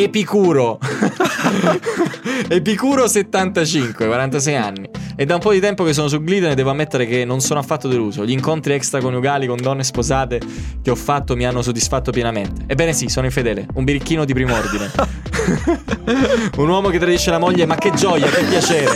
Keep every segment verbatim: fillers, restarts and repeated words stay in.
Epicuro. Epicuro settantacinque, quarantasei anni. E da un po' di tempo che sono su Glidden e devo ammettere che non sono affatto deluso. Gli incontri extraconiugali con donne sposate che ho fatto mi hanno soddisfatto pienamente. Ebbene sì, sono infedele, un birichino di primo ordine. Un uomo che tradisce la moglie, ma che gioia, che piacere.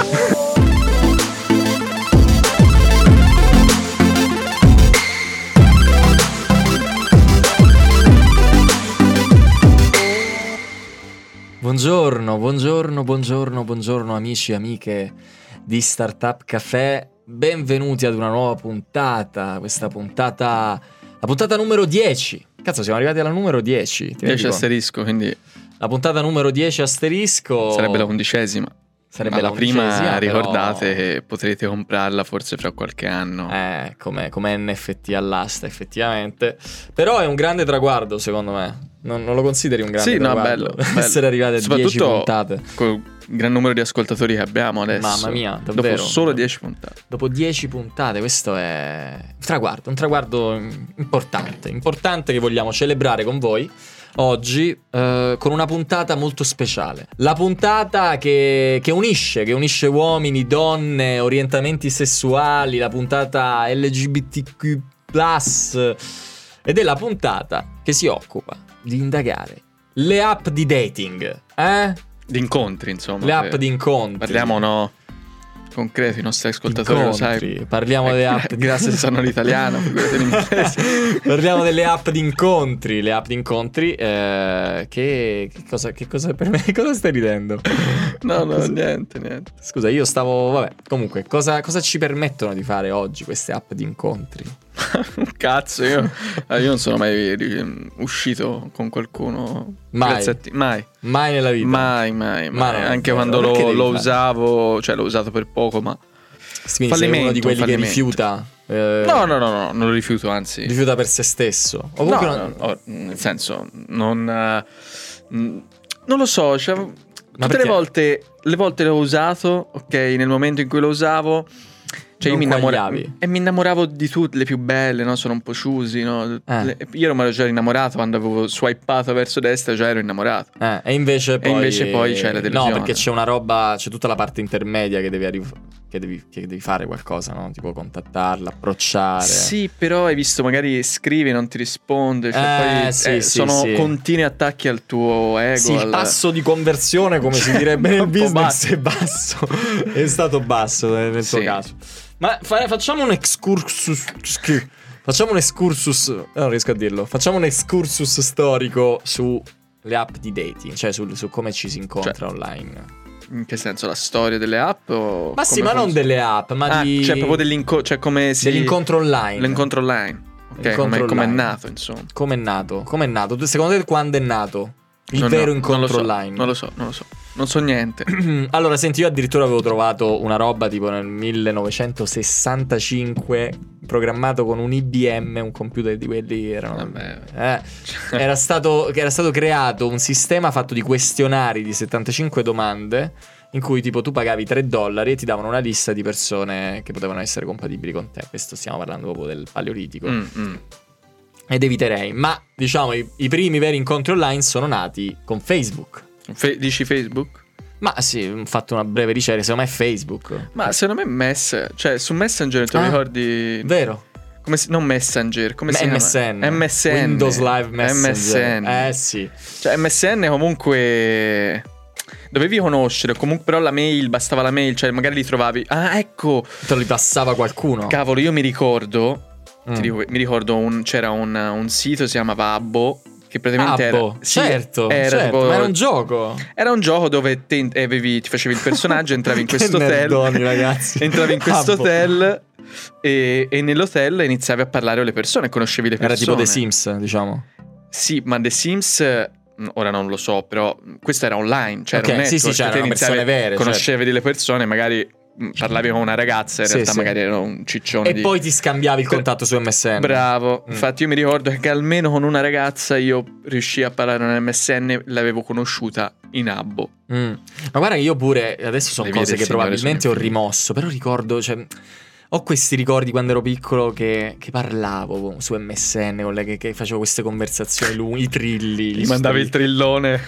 Buongiorno, buongiorno, buongiorno, buongiorno amici e amiche di Startup Café. Benvenuti ad una nuova puntata, questa puntata, la puntata numero dieci. Cazzo, siamo arrivati alla numero dieci. dieci asterisco, quindi la puntata numero dieci asterisco. Sarebbe la undicesima. Sarebbe Ma la, la prima, ricordate, però... che potrete comprarla forse fra qualche anno. Eh, come, come N F T all'asta, effettivamente. Però è un grande traguardo, secondo me. Non, non lo consideri un grande sì, traguardo? No, bello, bello. Essere arrivate a dieci puntate. Col gran numero di ascoltatori che abbiamo adesso. Mamma mia, davvero. Dopo solo dieci puntate. Dopo dieci puntate, questo è un traguardo, un traguardo importante. Importante che vogliamo celebrare con voi oggi, eh, con una puntata molto speciale. La puntata che, che unisce, che unisce uomini, donne, orientamenti sessuali, la puntata L G B T Q plus, ed è la puntata che si occupa di indagare le app di dating, eh? Di incontri, insomma. Le app di incontri. Parliamo, no? Concreto, i nostri ascoltatori incontri. Lo sai. Parliamo eh, delle app di... Grazie se sanno l'italiano, figurati l'inglese. Parliamo delle app di incontri. Le app di incontri eh, che, che cosa che cosa per me? Cosa stai ridendo? No, no, cosa... niente, niente. Scusa, io stavo, vabbè, comunque, cosa, cosa ci permettono di fare oggi queste app di incontri? Cazzo, io, io non sono mai uscito con qualcuno. Mai. Mai. Mai nella vita. Mai, mai, mai. Ma Anche no, quando lo, lo usavo, cioè l'ho usato per poco, ma quindi sei uno di quelli che rifiuta. Eh... No, no, no, no, non lo rifiuto, anzi. Rifiuta per se stesso. O no, non... no, nel senso, non uh, non lo so, cioè, ma tutte perché? le volte le volte l'ho usato, ok, nel momento in cui lo usavo, cioè io mi innamoravo e mi innamoravo di tutte le più belle, no? Sono un po' choosy, no? Eh. Le, io mi ero già innamorato quando avevo swipato verso destra, già ero innamorato. Eh, e invece poi, e invece poi c'è la delusione. No, perché c'è una roba, c'è tutta la parte intermedia che devi arrivare, che devi, che devi fare qualcosa, no? Tipo contattarla, approcciare. Sì, però hai visto, magari scrivi, non ti risponde, cioè eh, poi sì, eh, sì, sono sì. continui attacchi al tuo ego. Sì, al... il tasso di conversione, come si direbbe nel business, è basso. È stato basso nel sì. tuo caso. Ma fa- facciamo un excursus. Facciamo un excursus. Non riesco a dirlo. Facciamo un excursus storico sulle app di dating, cioè su, su come ci si incontra, cioè, online. In che senso? La storia delle app? O ma sì, ma non delle app, ma ah, di. Cioè, proprio dell'incontro. Cioè, come si. Dell'incontro online. L'incontro online. Ok, come, come è nato, insomma. Come è nato? Come è nato? Secondo te quando è nato? Il non vero no, incontro non so, online. Non lo so, non lo so. Non so niente. Allora, senti, io addirittura avevo trovato una roba tipo nel millenovecentosessantacinque, programmato con un I B M, un computer di quelli che erano. Vabbè. Eh, era stato, che era stato creato un sistema fatto di questionari di settantacinque domande, in cui tipo tu pagavi tre dollari e ti davano una lista di persone che potevano essere compatibili con te. Questo stiamo parlando proprio del Paleolitico. Mm, mm. Ed eviterei. Ma diciamo i, i primi veri incontri online sono nati con Facebook. Fe- dici Facebook? Ma sì, ho fatto una breve ricerca, secondo me è Facebook. Ma secondo me Mess, cioè su Messenger ti ah, ricordi? Vero. Come si... non Messenger, come si M S N. chiama? M S N. Windows Live Messenger. M S N. Eh sì. Cioè M S N comunque dovevi conoscere, comunque però la mail, bastava la mail, cioè magari li trovavi. Ah, ecco. Te li passava qualcuno. Cavolo, io mi ricordo mm. ti dico, mi ricordo un, c'era un, un sito, si chiamava Abbo, che praticamente Abbo, era sì, certo, era certo, tipo, ma era un gioco. Era un gioco dove te avevi, ti facevi il personaggio, entravi in questo hotel, nerdoni, ragazzi. entravi in questo Abbo. hotel e, e nell'hotel iniziavi a parlare con le persone, conoscevi le persone. Era tipo The Sims, diciamo. Sì, ma The Sims ora non lo so, però questo era online, cioè okay, era un sì, sì, c'erano persone vere, conoscevi certo. delle persone, magari parlavi con una ragazza, in sì, realtà sì. magari era un ciccione e di... poi ti scambiavi il contatto su M S N. Bravo, mm. infatti io mi ricordo che almeno con una ragazza io riuscii a parlare con M S N, l'avevo conosciuta in Abbo. mm. Ma guarda che io pure adesso sono Le cose che probabilmente ho infinite. rimosso, però ricordo, cioè ho questi ricordi quando ero piccolo che, che parlavo su M S N con lei, che, che facevo queste conversazioni lunghe, i trilli. Gli mandavi il trillone.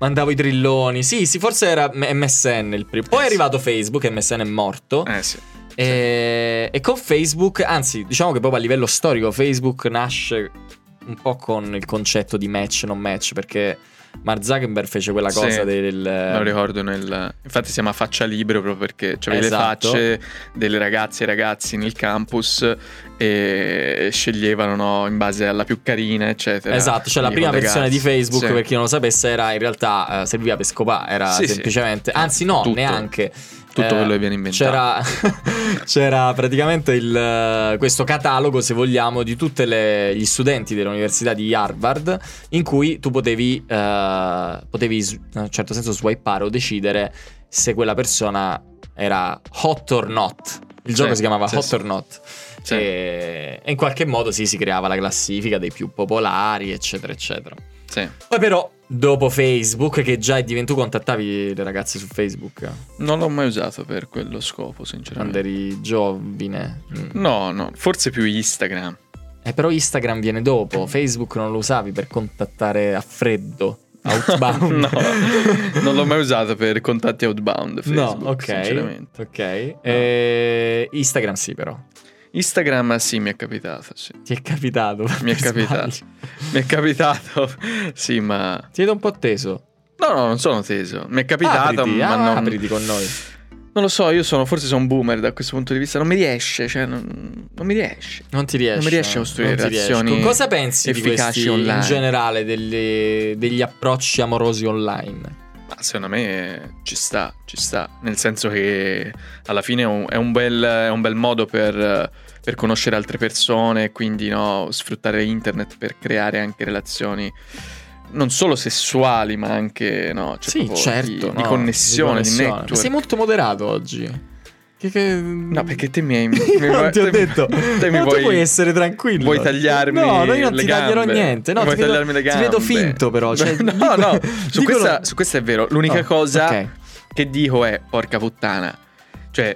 Mandavo i trilloni. Sì, sì, forse era M S N il primo. Poi eh, è arrivato sì. Facebook, M S N è morto. Eh sì. E, e con Facebook, anzi, diciamo che proprio a livello storico Facebook nasce un po' con il concetto di match non match, perché Mark Zuckerberg fece quella cosa sì, del... Me lo ricordo nel... Infatti si chiama Faccia Libero proprio perché c'avevi Esatto. le facce delle ragazze e ragazzi nel campus e sceglievano, no, in base alla più carina, eccetera. Esatto, cioè la Quindi prima con versione ragazzi. di Facebook, Sì. per chi non lo sapesse, era in realtà uh, serviva per scopare, era Sì, semplicemente... sì. Anzi no, Tutto. neanche... Tutto Eh, quello che viene inventato. C'era, c'era praticamente il, questo catalogo, se vogliamo, di tutti gli studenti dell'università di Harvard, in cui tu potevi, eh, potevi in un certo senso swipeare o decidere se quella persona era hot or not. Il gioco Sì, si chiamava sì, Hot sì. or Not. Sì. E, e in qualche modo sì, si creava la classifica dei più popolari, eccetera, eccetera. Sì. Poi però, dopo Facebook, che già è diventato, tu contattavi le ragazze su Facebook Non l'ho mai usato per quello scopo, quando sinceramente. eri giovine? Mm. No, no, forse più Instagram. Eh, però Instagram viene dopo. Facebook non lo usavi per contattare a freddo, outbound. No, non l'ho mai usato per contatti outbound Facebook, No, ok, sinceramente. ok. Eh, Instagram sì, però. Instagram sì, mi è capitato, sì. Ti è capitato? Mi è per capitato. sbaglio. Mi è capitato, sì, ma... Ti vedo un po' teso. No, no, non sono teso. Mi è capitato, apriti, ma ah, non... apriti con noi. Non lo so, io sono, forse sono un boomer da questo punto di vista. Non mi riesce, cioè, non, non mi riesce. Non ti riesce. Non mi riesce a costruire non ti riesce. relazioni Cosa pensi di efficaci questi, online. in generale, delle- degli approcci amorosi online? Ma secondo me ci sta, ci sta. Nel senso che alla fine è un, è un, bel, è un bel modo per, per conoscere altre persone, quindi no, sfruttare internet per creare anche relazioni non solo sessuali, ma anche no, cioè Sì, proprio certo. di, no, di connessione, di, connessione. network. Sei molto moderato oggi. Che, che... No, perché te mi hai... mi non ti ho te- detto. te mi No, vuoi, tu puoi essere tranquillo. vuoi tagliarmi No, no, io non le ti taglierò gambe. niente. No, vuoi ti vedo, tagliarmi le ti gambe. vedo finto, però. Cioè, no, dico- no, su dicono- questa, su questa è vero. L'unica Oh, cosa ok. che dico è, porca puttana, cioè,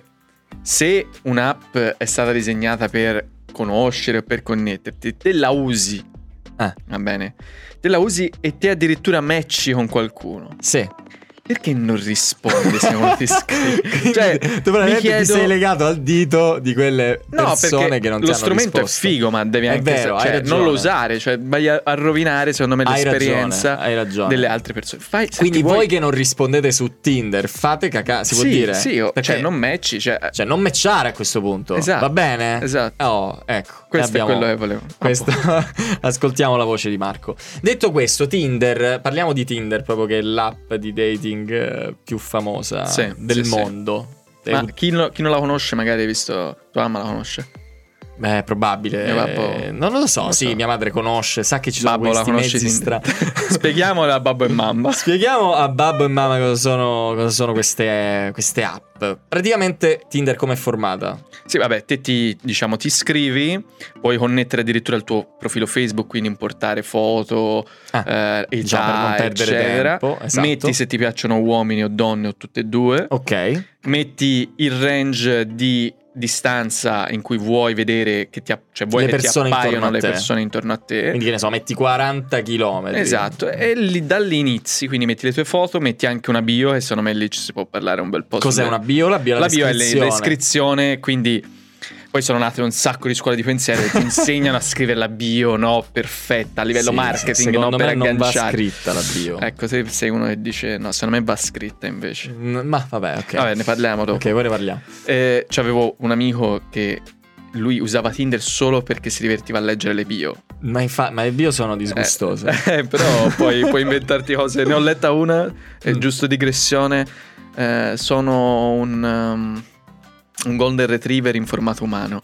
se un'app è stata disegnata per conoscere o per connetterti, te la usi, Eh. va bene? Te la usi e te addirittura matchi con qualcuno. Sì. Perché non rispondi se uno ti scrive? Cioè, tu veramente mi chiedo... ti sei legato al dito di quelle No, persone perché che non ti lo hanno strumento risposto. è figo, ma devi È anche vero, cioè, hai ragione. non lo usare, cioè vai a, a rovinare secondo me Hai l'esperienza ragione, hai ragione. delle altre persone. Fai, se Quindi ti vuoi- voi che non rispondete su Tinder, fate cacà, si può sì, dire? Sì, o- Perché- cioè non matchi, cioè, Cioè, non matchare a questo punto. Esatto, Va bene? esatto. Oh, ecco. questo abbiamo- è quello che volevo. Questo... Ascoltiamo la voce di Marco. Detto questo, Tinder, parliamo di Tinder proprio, che è l'app di dating eh, più famosa Sì, del sì, sì. mondo. Ma chi, no- chi non la conosce magari hai visto tua mamma la conosce? Beh, è probabile. Mio babbo- Eh, non lo so. non lo sì, so. mia madre conosce, sa che ci sono Babbo la questi conosci mezzi Tinder? strani. Spieghiamolo a babbo e mamma. Spieghiamo a babbo e mamma cosa sono, cosa sono queste, queste app. Praticamente Tinder come è formata? Sì, vabbè, te ti, diciamo, ti iscrivi, puoi connettere addirittura il tuo profilo Facebook, quindi importare foto, Ah, eh, età, già per non perdere eccetera. tempo, esatto. Metti se ti piacciono uomini o donne o tutte e due. Ok. Metti il range di distanza in cui vuoi vedere che ti, app- cioè vuoi Le che ti persone appaiono intorno a le te. persone intorno a te. Quindi che ne so, metti quaranta chilometri. Esatto, e lì, da lì inizi, quindi metti le tue foto, metti anche una bio e secondo me lì ci si può parlare un bel po'. Cos'è su- una bio? La bio è la, La bio è le- descrizione. l'iscrizione, quindi poi sono nate un sacco di scuole di pensiero che ti insegnano a scrivere la bio, no, perfetta, a livello Sì, marketing, secondo no, per me non va agganciare. scritta la bio. Ecco, se sei uno che dice no, secondo me va scritta invece. Mm, Ma vabbè, ok. Vabbè, ne parliamo dopo. Ok, poi ne parliamo. Eh, c'avevo un amico che lui usava Tinder solo perché si divertiva a leggere le bio. Ma, infa- ma le bio sono disgustose. Eh, però poi puoi inventarti cose. Ne ho letta una, è Mm. giusto digressione. eh, sono un, um, un golden retriever in formato umano.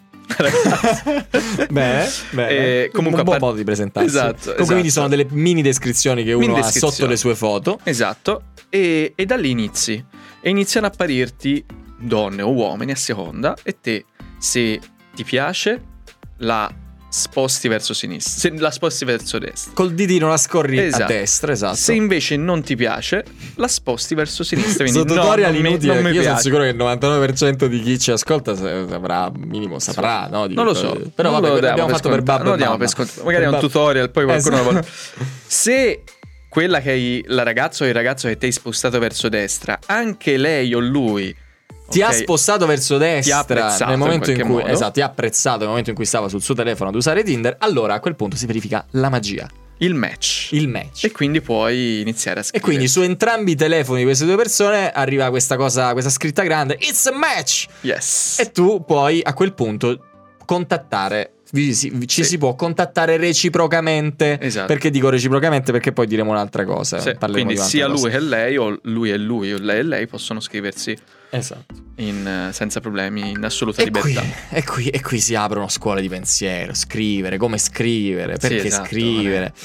Beh, beh, Eh, comunque un buon a part- modo di presentarsi. Esatto, Comunque esatto. quindi sono delle mini descrizioni che uno Mini ha descrizioni. sotto le sue foto. Esatto. E, e da lì inizi. E iniziano a apparirti donne o uomini a seconda. E te, se ti piace, la sposti verso sinistra. Se la sposti verso destra. Col ditino la scorri Esatto. a destra, esatto. Se invece non ti piace, la sposti verso sinistra. Quindi Questo no, tutorial non mi, inutile, non mi perché io sono piace. sicuro che il novantanove per cento di chi ci ascolta sa- saprà, minimo saprà, no? Di Non lo cosa- so. Però non vabbè, lo diamo l'abbiamo per fatto per scontato. babbo Non lo e diamo mamma. per scontato. Magari è un Per bab- tutorial, poi qualcuno Esatto. lo vuole. Se quella che hai, la ragazza o il ragazzo che ti hai spostato verso destra, anche lei o lui ti okay, ha spostato verso destra ti ha apprezzato nel momento in, in cui modo. esatto, ti ha apprezzato nel momento in cui stava sul suo telefono ad usare Tinder, allora a quel punto si verifica la magia, il match. il match. E quindi puoi iniziare a scrivere. E quindi su entrambi i telefoni di queste due persone arriva questa cosa, questa scritta grande, it's a match. Yes. E tu puoi a quel punto contattare, ci Sì. si può contattare reciprocamente. Esatto. Perché dico reciprocamente? Perché poi diremo un'altra cosa. Sì, parleremo quindi di sia un'altra lui cosa. che lei, o lui e lui, o lei e lei possono scriversi Esatto. in, senza problemi, in assoluta E qui, libertà. e, qui, e qui si aprono scuole di pensiero, scrivere, come scrivere, perché Sì, esatto, scrivere.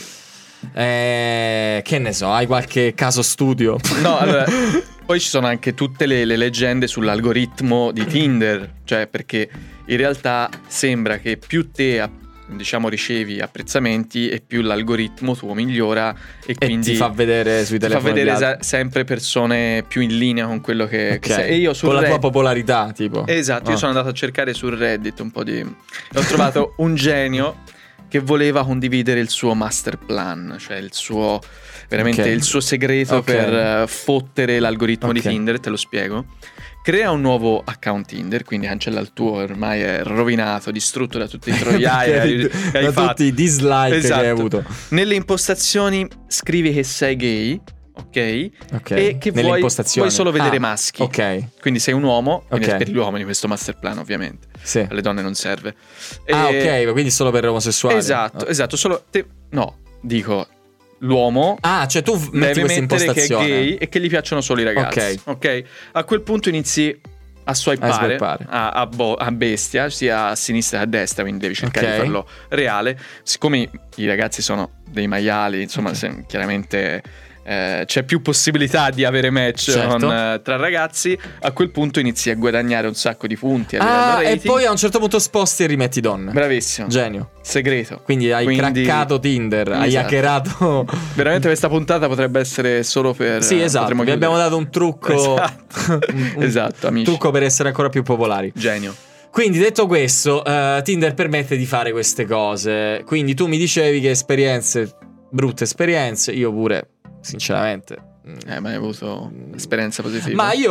Eh, che ne so, hai qualche caso studio? No, allora, poi ci sono anche tutte le, le leggende sull'algoritmo di Tinder, cioè perché in realtà sembra che più te diciamo ricevi apprezzamenti e più l'algoritmo tuo migliora e, E quindi ti fa vedere sui ti fa telefoni vedere degli altri. esa- sempre persone più in linea con quello che, Ok. che sei. E io sul con la tua Reddit, popolarità, tipo. esatto, Ah. io sono andato a cercare sul Reddit un po' di... e ho trovato un genio che voleva condividere il suo master plan, cioè il suo veramente Ok. il suo segreto Ok. per uh, fottere l'algoritmo Ok. di Tinder, te lo spiego. Crea un nuovo account Tinder, quindi cancella il tuo, ormai è rovinato, distrutto da tutti i troiai che hai, che hai da fatto. tutti i dislike Esatto. che hai avuto. Nelle impostazioni scrivi che sei gay, ok? Ok. E che Nelle vuoi, impostazioni. vuoi solo vedere Ah, maschi. Ok. Quindi sei un uomo, quindi Ok. è per gli uomini questo master plan ovviamente. Sì. Alle donne non serve. Ah, E- ok, quindi solo per omosessuali. Esatto, Ah. esatto, solo te... no, dico l'uomo Ah, cioè tu metti deve questa mettere che è impostazione. gay e che gli piacciono solo i ragazzi. Ok. Ok. A quel punto inizi a swipare, A swipare. a, a bo- a bestia, sia a sinistra che a destra, quindi devi cercare Ok. di farlo reale. Siccome i ragazzi sono dei maiali, insomma, se- chiaramente eh, c'è più possibilità di avere match Certo. con, eh, tra ragazzi, a quel punto inizi a guadagare un sacco di punti a livello Ah, e rating. poi a un certo punto sposti e rimetti donne. Bravissimo. Genio. Segreto. Quindi hai Quindi- craccato Tinder, hai Esatto. hackerato. Veramente questa puntata potrebbe essere solo per... Sì, eh, esatto. potremmo Vi abbiamo chiudere. dato un trucco. Esatto, un, un esatto, amici. trucco per essere ancora più popolari. Genio. Quindi detto questo, eh, Tinder permette di fare queste cose. Quindi tu mi dicevi che esperienze, brutte esperienze, io pure, sinceramente. Eh, ma hai avuto esperienza positiva? Ma io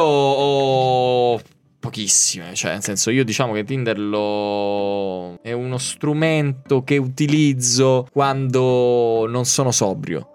ho pochissime, cioè nel senso io diciamo che Tinder lo... è uno strumento che utilizzo quando non sono sobrio.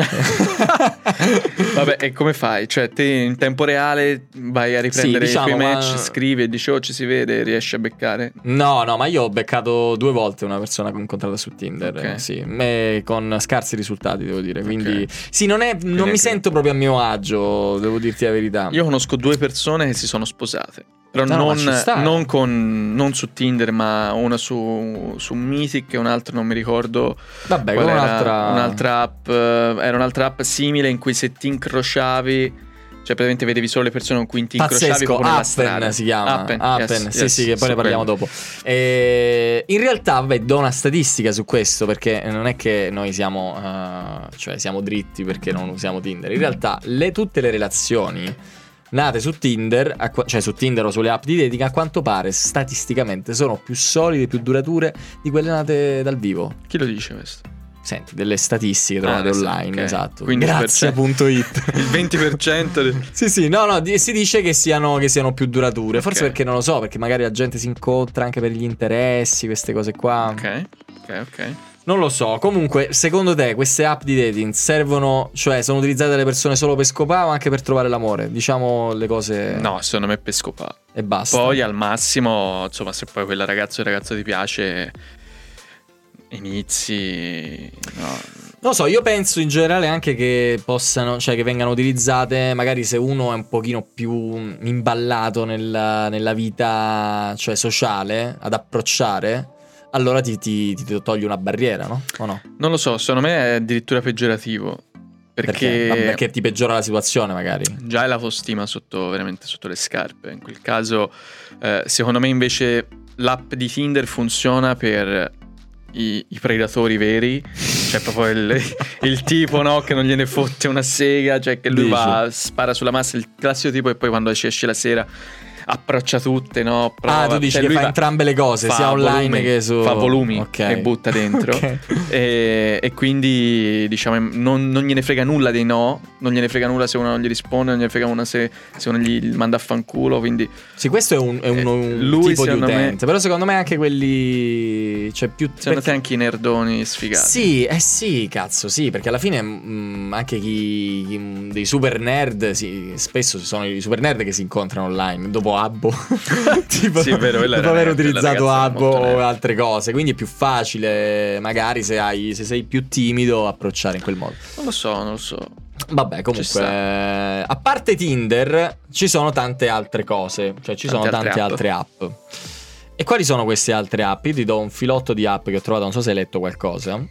Vabbè, e come fai? Cioè, te in tempo reale vai a riprendere Sì, diciamo, i tuoi ma- match, scrivi e dici, oh, ci si vede, riesci a beccare? No, no, ma io ho beccato due volte una persona che ho incontrato su Tinder, Ok. eh, sì, me con scarsi risultati, devo dire. Quindi, Ok. sì, non, è, non mi anche- sento proprio a mio agio, devo dirti la verità. Io conosco due persone che si sono sposate. Però No, no, ma non, ci sta, eh. non, con, non su Tinder, ma una su, su Mythic e un'altra non mi ricordo. Vabbè, qual con era. un'altra... un'altra app. eh, Era un'altra app simile in cui se ti incrociavi, cioè praticamente vedevi solo le persone con cui ti incrociavi Pazzesco, proprio nella Appen strada. si chiama Appen, Appen, yes, sì yes, sì, che poi su ne parliamo quello. dopo. E in realtà, vabbè, do una statistica su questo, perché non è che noi siamo uh, cioè siamo dritti perché non usiamo Tinder. In realtà le, tutte le relazioni nate su Tinder, a qua- cioè su Tinder o sulle app di dating, a quanto pare statisticamente sono più solide, più durature di quelle nate dal vivo. Chi lo dice questo? Senti, delle statistiche Ah, trovate adesso, online, ok. esatto. quindici per cento. Grazie.it. Il venti per cento del- Sì, sì, no, no, di- si dice che siano, che siano più durature. Forse Ok. perché non lo so, perché magari la gente si incontra anche per gli interessi, queste cose qua. Ok, ok, ok. Non lo so. Comunque, secondo te queste app di dating servono, cioè sono utilizzate dalle persone solo per scopare o anche per trovare l'amore? Diciamo le cose No, secondo me per scopare. e basta. Poi al massimo, insomma, se poi quella ragazza o il ragazzo ti piace, inizi... No. Non lo so, io penso in generale anche che possano, cioè che vengano utilizzate magari se uno è un pochino più imballato nella, nella vita, cioè sociale, ad approcciare, allora ti, ti, ti toglie una barriera, no? O no? Non lo so, secondo me è addirittura peggiorativo. Perché, Perché, vabbè, perché ti peggiora la situazione magari. già hai l'autostima sotto, veramente sotto le scarpe. In quel caso, eh, secondo me invece l'app di Tinder funziona per i, i predatori veri. Cioè proprio il, il tipo, no, che non gliene fotte una sega. Cioè che lui Dici? va, spara sulla massa, il classico tipo, e poi quando ci esce la sera approccia tutte, no? Prova, ah, tu dici cioè che lui fa va, entrambe le cose, sia online volumi, che su... fa volumi okay. e butta dentro. Okay. e, e quindi diciamo non, non gliene frega nulla dei no, non gliene frega nulla se uno non gli risponde, non gliene frega una se, se uno gli manda a fanculo, quindi sì, questo è un, è un, un lui, tipo di utente, me, però secondo me anche quelli, cioè più secondo perché... te anche i nerdoni sfigati. Sì, eh sì, cazzo, sì, perché alla fine mh, anche chi, chi dei super nerd, sì, spesso ci sono i super nerd che si incontrano online dopo Habbo. tipo, sì, è vero, dopo aver utilizzato Habbo o altre cose, quindi è più facile magari se hai se sei più timido approcciare in quel modo. Non lo so, non lo so. Vabbè, comunque eh, a parte Tinder ci sono tante altre cose, cioè ci tante sono tante altre app. altre app. E quali sono queste altre app? Io ti do un filotto di app che ho trovato, non so se hai letto qualcosa.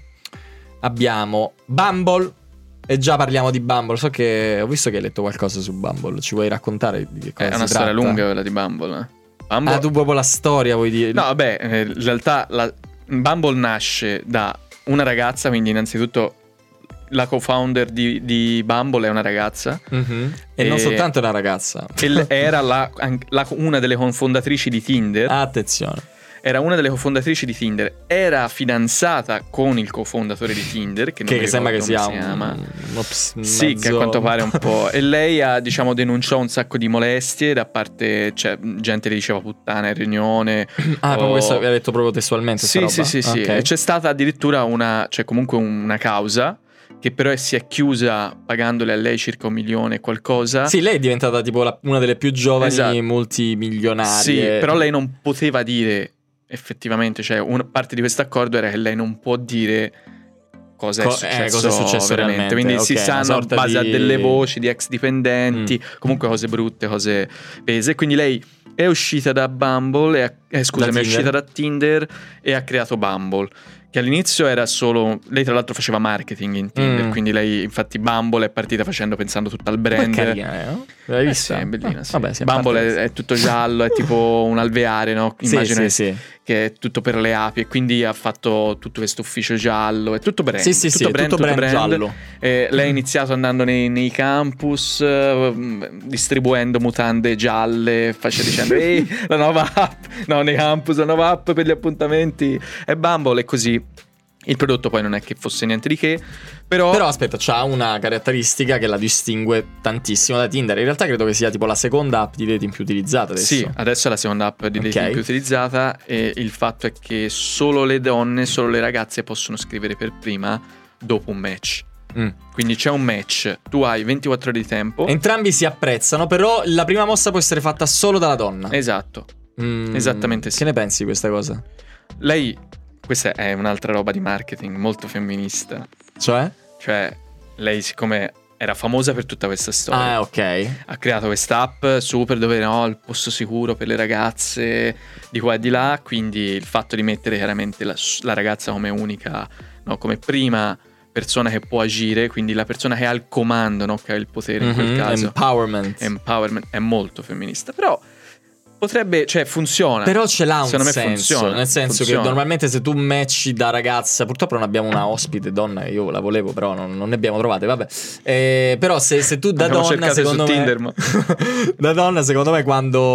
Abbiamo Bumble. E già parliamo di Bumble. So che ho visto che hai letto qualcosa su Bumble. Ci vuoi raccontare di che cosa è una si storia tratta? lunga quella di Bumble, eh. Bumble... Ah, tu proprio la storia vuoi dire? No, vabbè, in realtà la... Bumble nasce da una ragazza, quindi innanzitutto la co-founder di, di Bumble è una ragazza. Mm-hmm. E, e non soltanto una ragazza. Era la, la, una delle cofondatrici di Tinder. Ah, attenzione. Era una delle cofondatrici di Tinder. Era fidanzata con il cofondatore di Tinder, che, non che, che sembra che sia si chiama. Un, ups, sì, mezzo... che a quanto pare un po'. E lei ha, diciamo, denunciò un sacco di molestie da parte, cioè, gente le diceva puttana in riunione. Ah, o... proprio questo aveva detto proprio testualmente. Sì, sì, sì, sì. Okay. E c'è stata addirittura una, cioè, comunque una causa che però si è chiusa pagandole a lei circa un milione e qualcosa. Sì, lei è diventata tipo la, una delle più giovani esatto. multimilionarie. Sì, però lei non poteva dire effettivamente, cioè una parte di questo accordo era che lei non può dire cosa, Co- è, successo eh, cosa è successo veramente. realmente. Quindi okay, si sanno a base di... a delle voci di ex dipendenti, mm. comunque cose brutte, cose pese. Quindi lei è uscita da Bumble, è, eh, scusami, è uscita da Tinder e ha creato Bumble. Che all'inizio era solo... Lei tra l'altro faceva marketing in Tinder, mm. quindi lei infatti Bumble è partita facendo pensando tutto al brand. È carina, eh, no? L'hai vista? Eh sì, è bellina, sì. Vabbè, sì, Bumble è, è tutto giallo, è tipo un alveare, no? Immagino sì, sì, sì. che è tutto per le api e quindi ha fatto tutto questo ufficio giallo, è tutto brand. Sì, sì, tutto sì, brand, tutto tutto brand, brand giallo. Eh, lei ha iniziato andando nei, nei campus, uh, distribuendo mutande gialle, facendo dicendo ehi, la nuova app, no, nei campus, la nuova app per gli appuntamenti. E Bumble è così. Il prodotto poi non è che fosse niente di che, però... Però aspetta, c'ha una caratteristica che la distingue tantissimo da Tinder. In realtà credo che sia tipo la seconda app di dating più utilizzata adesso. Sì, adesso è la seconda app di dating okay. più utilizzata. E il fatto è che solo le donne, solo le ragazze possono scrivere per prima dopo un match. Mm. Quindi c'è un match, tu hai ventiquattro ore di tempo. Entrambi si apprezzano, però la prima mossa può essere fatta solo dalla donna. Esatto, mm, esattamente sì. Che ne pensi di questa cosa? Lei... Questa è un'altra roba di marketing molto femminista. Cioè? Cioè, lei siccome era famosa per tutta questa storia. Ah, ok. Ha creato questa app super dove no, il posto sicuro per le ragazze di qua e di là. Quindi il fatto di mettere chiaramente la, la ragazza come unica, no, come prima persona che può agire, quindi la persona che ha il comando, no, che ha il potere in mm-hmm, quel caso. Empowerment. Empowerment è molto femminista. Però... potrebbe, cioè funziona. Però ce l'ha un senso, funziona, nel senso funziona. Che normalmente se tu matchi da ragazza, purtroppo non abbiamo una ospite donna, io la volevo però non, non ne abbiamo trovate, vabbè. Eh, però se, se tu da abbiamo donna secondo me Tinder, ma... da donna secondo me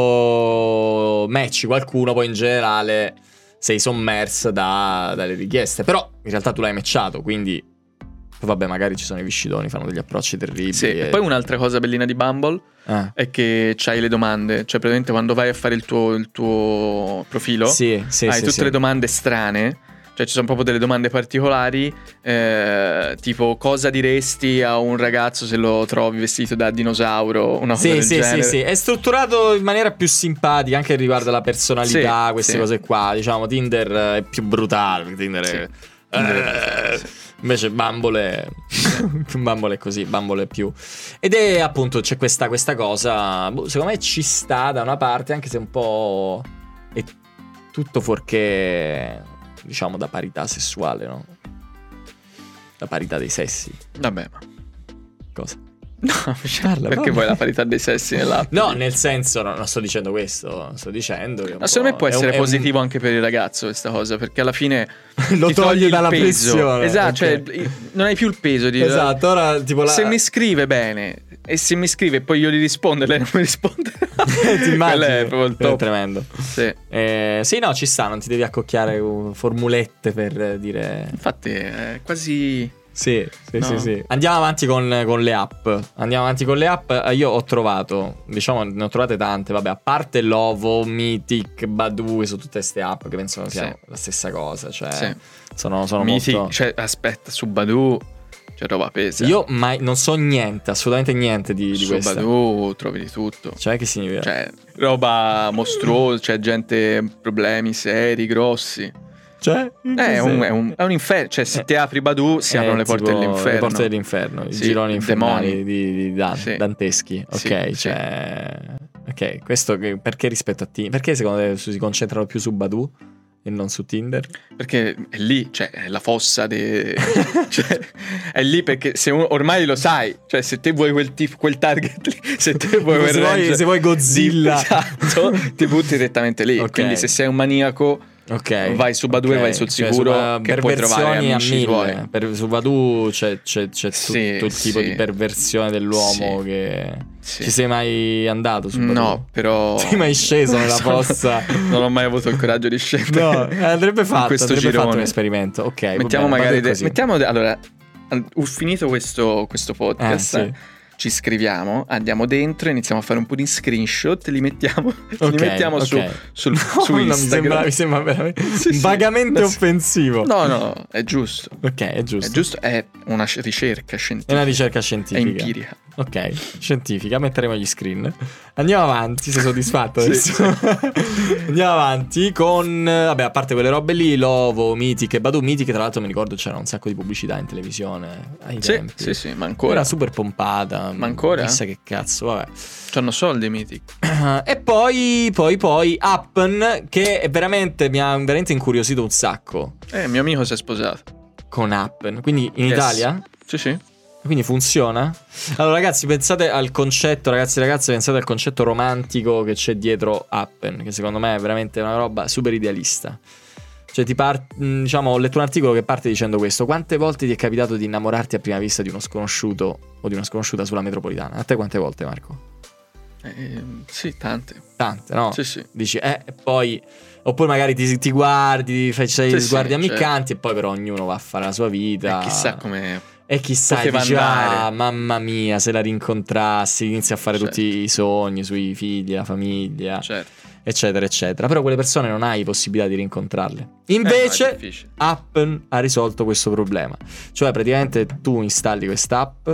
quando matchi qualcuno poi in generale sei sommersa da, dalle richieste. Però in realtà tu l'hai matchato, quindi vabbè, magari ci sono i viscidoni, fanno degli approcci terribili. Sì, e poi un'altra cosa bellina di Bumble ah. è che c'hai le domande. Cioè praticamente quando vai a fare il tuo, il tuo profilo sì, sì, hai sì, tutte sì. le domande strane. Cioè ci sono proprio delle domande particolari, eh, tipo cosa diresti a un ragazzo se lo trovi vestito da dinosauro, una cosa sì, del sì, genere. Sì, sì, è strutturato in maniera più simpatica anche riguardo alla personalità, sì, queste sì. cose qua. Diciamo Tinder è più brutale, Tinder sì. è... Eh, invece Bumble è Bumble è così, Bumble è più. Ed è appunto c'è questa, questa cosa, secondo me ci sta da una parte, anche se un po' è tutto fuorché, diciamo, da parità sessuale, no? Da parità dei sessi. Vabbè, ma cosa? No, Parla, perché poi la parità dei sessi nell'app? No, nel senso, no, non sto dicendo questo, sto dicendo che ma secondo me può essere un, positivo un... anche per il ragazzo questa cosa, perché alla fine lo ti togli dalla peso. pressione. Esatto, okay. Cioè non hai più il peso di... Esatto, ora tipo la... Se mi scrive bene e se mi scrive e poi io gli rispondo e lei non mi risponde Ti immagini? Quello è proprio il top. È tremendo. Sì. Eh, sì, no, ci sta, non ti devi accocchiare uh, formulette per dire... Infatti è quasi... Sì, sì, No. sì, sì. Andiamo avanti con, con le app. Andiamo avanti con le app. Eh, Io ho trovato, diciamo, ne ho trovate tante. Vabbè, a parte Lovo, Mythic, Badoo, sono tutte queste app che pensano siano Sì. la stessa cosa. Cioè, Sì. sono, sono Mythic, molto... cioè, aspetta, su Badoo c'è roba pesa. Io mai non so niente, assolutamente niente di, di su questa. Badoo trovi di tutto. Cioè, che significa? Cioè, roba mostruosa, cioè gente, problemi seri, grossi. Cioè, Eh, è, un, è, un, è un inferno. Cioè, se ti apri Badoo si Eh, aprono le porte tipo dell'inferno. Le porte dell'inferno, i Sì, gironi infernali demoni. di, di Dan- Sì. danteschi. Ok, Sì, sì. cioè... Ok, questo che- perché rispetto a Tinder? Perché secondo te si concentrano più su Badoo e non su Tinder? Perché è lì, cioè, è la fossa de... cioè, è lì perché se uno, ormai lo sai. Cioè, se te vuoi quel tipo, quel target lì, se te vuoi quel se, vuoi, range se vuoi Godzilla. di- esatto, ti butti direttamente lì. Ok. Quindi se sei un maniaco, Ok, vai su Badoo ok. e vai sul Cioè, sicuro su, uh, che puoi trovare perversioni a amici mille. tuoi. Per, su Badoo c'è, c'è, c'è Sì, tutto il tipo sì. di perversione dell'uomo Sì. che... Sì. Ci sei mai andato su Badoo? No, però Sei mai sceso nella Sono- fossa? Non ho mai avuto il coraggio di scendere. No, eh, andrebbe fatto, questo andrebbe fatto girone. un esperimento. Ok, va Mettiamo bene, magari vado de- così. mettiamo de- allora an- ho finito questo, questo podcast. Eh, sì. Ci scriviamo, andiamo dentro, iniziamo a fare un po' di screenshot, li mettiamo, Ok, li mettiamo su, ok. sul, No, su no, mi Instagram. sembra, mi sembra veramente Sì, sì. vagamente No, offensivo. No, no, è giusto. Ok, è giusto. È giusto, è una sci- ricerca È scientifica. una ricerca È scientifica. empirica. Ok, scientifica, metteremo gli screen. Andiamo avanti, sei soddisfatto Sì, adesso? Andiamo avanti con, vabbè, a parte quelle robe lì, Lovo, Mythic e Badoo. Mythic, tra l'altro mi ricordo c'era un sacco di pubblicità in televisione ai Sì, tempi. sì, sì, ma ancora. Era super pompata. Ma ancora? Chissà che cazzo, vabbè. C'hanno soldi, Mythic. E poi, poi, poi, Appen, che è veramente, mi ha veramente incuriosito un sacco Eh, mio amico si è sposato. con Appen. Quindi in Yes. Italia? Sì, sì. Quindi funziona? Allora ragazzi, pensate al concetto, ragazzi e ragazze, pensate al concetto romantico che c'è dietro Appen, che secondo me è veramente una roba super idealista. Cioè ti part- diciamo, ho letto un articolo che parte dicendo questo: quante volte ti è capitato di innamorarti a prima vista di uno sconosciuto o di una sconosciuta sulla metropolitana? A te quante volte, Marco? Eh, sì, tante. Tante, no? Sì, sì. Dici, eh, e poi... Oppure magari ti, ti guardi, fai c'hai Sì, gli sguardi sì, ammiccanti e poi però ognuno va a fare la sua vita. E chissà come... E chissà, poteva dici, andare. ah, mamma mia, se la rincontrassi, inizi a fare Certo. tutti i sogni sui figli, la famiglia, Certo. eccetera, eccetera. Però quelle persone non hai possibilità di rincontrarle. Eh, no, è Invece, difficile. Appen ha risolto questo problema. Cioè, praticamente tu installi quest'app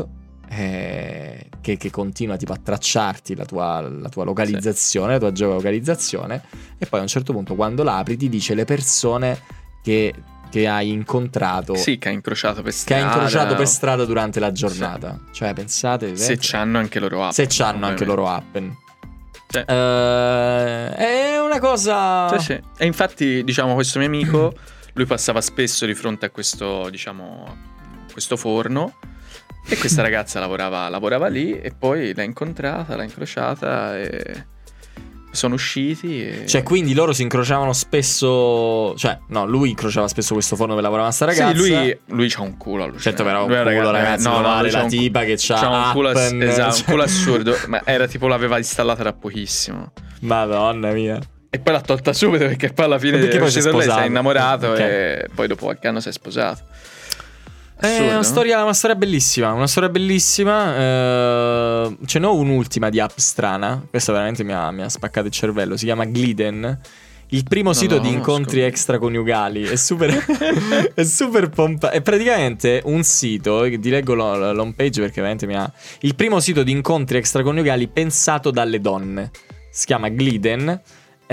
eh, che, che continua tipo a tracciarti la tua, la tua localizzazione, la tua geolocalizzazione, e poi a un certo punto, quando l'apri, ti dice le persone che, che hai incontrato. Sì, che ha incrociato per Che strada. hai incrociato per strada durante la giornata. Cioè, pensate. Se c'hanno anche loro app. Se c'hanno anche ovviamente. loro Appen. Sì. Eh, è una cosa. Sì, sì. E infatti, diciamo, questo mio amico, lui passava spesso di fronte a questo, diciamo, questo forno. E questa ragazza lavorava, lavorava lì e poi l'ha incontrata, l'ha incrociata e sono usciti e... Cioè, quindi loro si incrociavano spesso. Cioè, no, lui incrociava spesso questo forno dove lavorava sta ragazza. Sì, lui, lui c'ha un culo allucinante. Certo, però un Lui è un culo, ragazzo- ragazzi, no, non no, vale lui c'ha la un- tipa che c'ha, c'ha un culo, ass- Appen, esatto, cioè- un culo assurdo. Ma era tipo l'aveva installata da pochissimo. Madonna mia. E poi l'ha tolta subito perché poi alla fine Perché poi si è uscito lei, si è sposato. innamorato Ok. e poi dopo qualche anno si è sposato. È Assurdo, una no? storia, una storia bellissima, una storia bellissima. Eh, ce n'ho un'ultima di app strana. Questa veramente mi ha, mi ha spaccato il cervello. Si chiama Gliden. Il primo No, sito no, di no, incontri scusa. extraconiugali. È super, è super pompa. È praticamente un sito. Ti leggo lo- l'home page perché veramente mi ha. Il primo sito di incontri extraconiugali pensato dalle donne. Si chiama Gliden.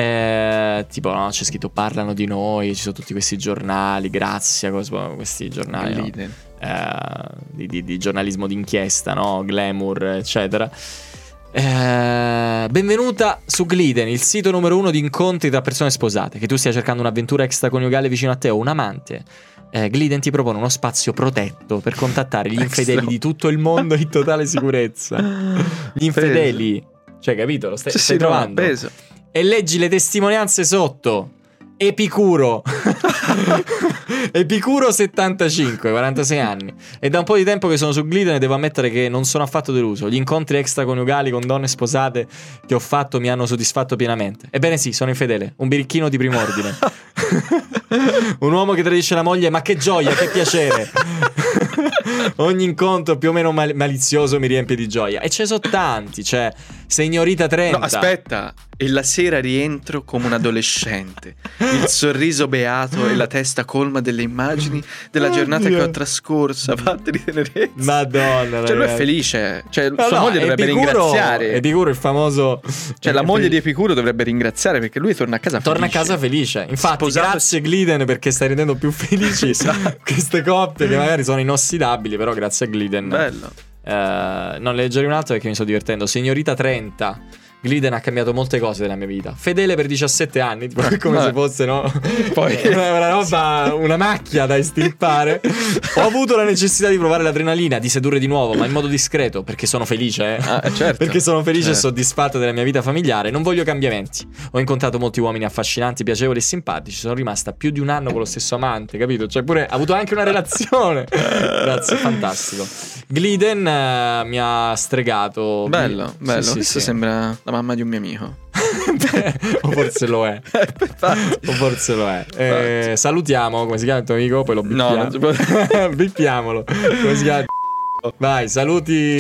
Eh, tipo, no, c'è scritto parlano di noi. Ci sono tutti questi giornali. Grazie a cosa- questi giornali. no? Gliden. Eh, di, di- di giornalismo d'inchiesta, no? Glamour, eccetera. Eh, benvenuta su Gliden, il sito numero uno di incontri tra persone sposate. Che tu stia cercando un'avventura extraconiugale vicino a te o un amante, eh, Gliden ti propone uno spazio protetto per contattare gli infedeli Extra. di tutto il mondo in totale sicurezza. Gli infedeli, cioè, capito? Lo stai, Sì, stai sì, no, trovando? peso. E leggi le testimonianze sotto. Epicuro. Epicuro settantacinque, quarantasei anni. È da un po' di tempo che sono su Gliden e devo ammettere che non sono affatto deluso. Gli incontri extraconiugali con donne sposate che ho fatto mi hanno soddisfatto pienamente. Ebbene sì, sono infedele, un birichino di primo ordine. Un uomo che tradisce la moglie, ma che gioia, che piacere. Ogni incontro più o meno mal- malizioso mi riempie di gioia. E ce ne sono tanti, cioè Signorita trenta. No, aspetta. E la sera rientro come un adolescente, il sorriso beato e la testa colma delle immagini della giornata Oddio. che ho trascorso, fatte di tenerezza. Madonna, Cioè lui è ragazzi. felice, cioè No, sua no, moglie dovrebbe Epicuro- ringraziare. Epicuro il famoso, Cioè la eh, moglie fe- di Epicuro dovrebbe ringraziare perché lui torna a casa torna felice. a casa felice. Infatti, Sposato- grazie Gliden perché stai rendendo più felici Esatto. queste coppie che magari sono inossidabili, però grazie a Gliden. Bello. Eh, non leggerei un altro perché mi sto divertendo. Signorita trenta. Gliden ha cambiato molte cose della mia vita. Fedele per diciassette anni, tipo, come Vabbè. se fosse, no? Poi- una, una roba, una macchia da estirpare. Ho avuto la necessità di provare l'adrenalina, di sedurre di nuovo, ma in modo discreto, perché sono felice, eh? Ah, certo. Perché sono felice Certo. e soddisfatto della mia vita familiare. Non voglio cambiamenti. Ho incontrato molti uomini affascinanti, piacevoli e simpatici. Sono rimasta più di un anno con lo stesso amante, capito? Cioè, pure ha avuto anche una relazione. Grazie, fantastico. Gliden eh, mi ha stregato. Bello, Sì, bello. sì, Questo sì. sembra la mamma di un mio amico. Beh, o forse lo è. Infatti. O forse lo è. Eh, salutiamo, come si chiama il tuo amico? Poi lo No, bippiamo. non si può. Bippiamolo. Come si chiama? Vai, saluti.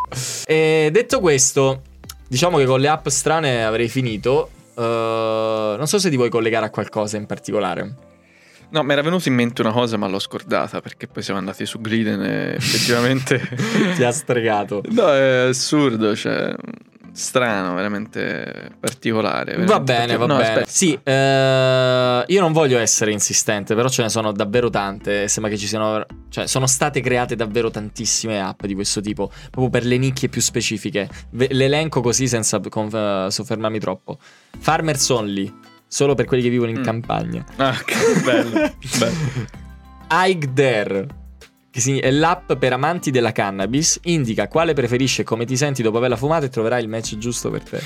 E detto questo, diciamo che con le app strane avrei finito. Uh, non so se ti vuoi collegare a qualcosa in particolare. No, mi era venuto in mente una cosa ma l'ho scordata perché poi siamo andati su Gliden e effettivamente Ti ha stregato. no, è assurdo, cioè strano, veramente particolare. Va veramente bene, va partic- no, bene. aspetta. Sì, eh, io non voglio essere insistente, però ce ne sono davvero tante. Sembra che ci siano, cioè, sono state create davvero tantissime app di questo tipo, proprio per le nicchie più specifiche. Ve- l'elenco così senza con- eh, soffermarmi troppo. Farmers Only, solo per quelli che vivono in Mm. campagna. Ah, che bello, bello. Hike There, che sign- è l'app per amanti della cannabis, indica quale preferisci e come ti senti dopo averla fumata e troverai il match giusto per te.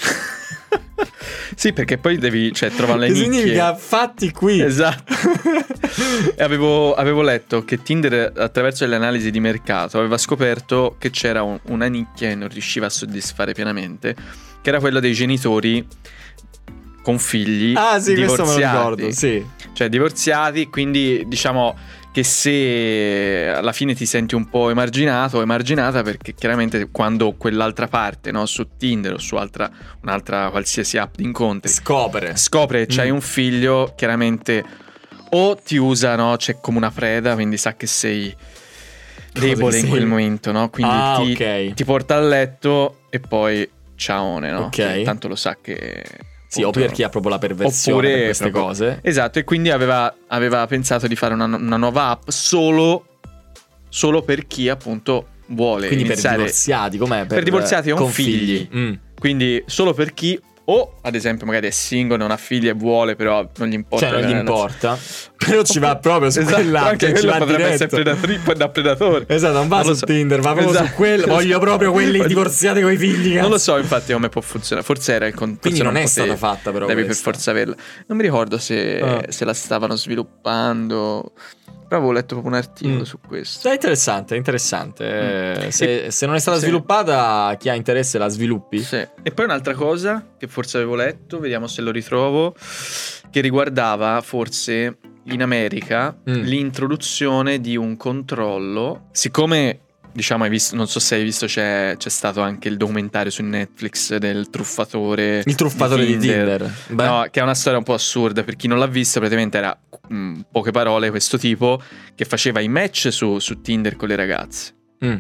Sì, perché poi devi, cioè, trovare le Che nicchie. significa fatti qui. Esatto. E avevo, avevo letto che Tinder, attraverso le analisi di mercato, aveva scoperto che c'era un- una nicchia che non riusciva a soddisfare pienamente, che era quella dei genitori con figli Ah sì, questo me lo divorziati. ricordo, sì. Cioè divorziati, quindi diciamo che se alla fine ti senti un po' emarginato o emarginata, perché chiaramente quando quell'altra parte, no, su Tinder o su altra, un'altra qualsiasi app di incontri Scopre. scopre che c'hai Mm. un figlio, chiaramente o ti usa, no, c'è come una preda, quindi sa che sei debole che in sei? quel momento, no? Quindi Ah, ti, ok. ti porta a letto e poi ciaone, no? Ok. Che tanto lo sa che... Sì, o per chi ha proprio la perversione Oppure per queste proprio- cose. Esatto, e quindi aveva, aveva pensato di fare una, una nuova app solo, solo per chi appunto vuole Quindi iniziare. per divorziati, com'è? Per divorziati con con figli. Mm. Quindi solo per chi o ad esempio magari è single, non ha figli e vuole, però non gli importa. Cioè non gli la- importa. Però ci va proprio su Esatto, quell'app, anche cioè, ci quello va potrebbe diretto. essere predatori, poi da predatore. Esatto, non va Non lo su so. Tinder, va proprio Esatto. su quello. Voglio proprio quelli Voglio- divorziati con i figli. Non cazzo. lo so infatti come può funzionare. Forse era il con- Quindi forse non è potevi. stata fatta però Devi questa. per forza averla. Non mi ricordo se, Ah. se la stavano sviluppando. Però avevo letto proprio un articolo Mm. su questo. È interessante, è interessante. Eh, Se, E- se non è stata sì. sviluppata, chi ha interesse la sviluppi. Sì. E poi un'altra cosa che forse avevo letto, vediamo se lo ritrovo, che riguardava forse in America Mm. l'introduzione di un controllo. Siccome, diciamo, hai visto, non so se hai visto, c'è, c'è stato anche il documentario su Netflix del truffatore. Il truffatore di Tinder. Beh. No, che è una storia un po' assurda. Per chi non l'ha visto, praticamente era, mh, poche parole, questo tipo che faceva i match su, su Tinder con le ragazze. Mm.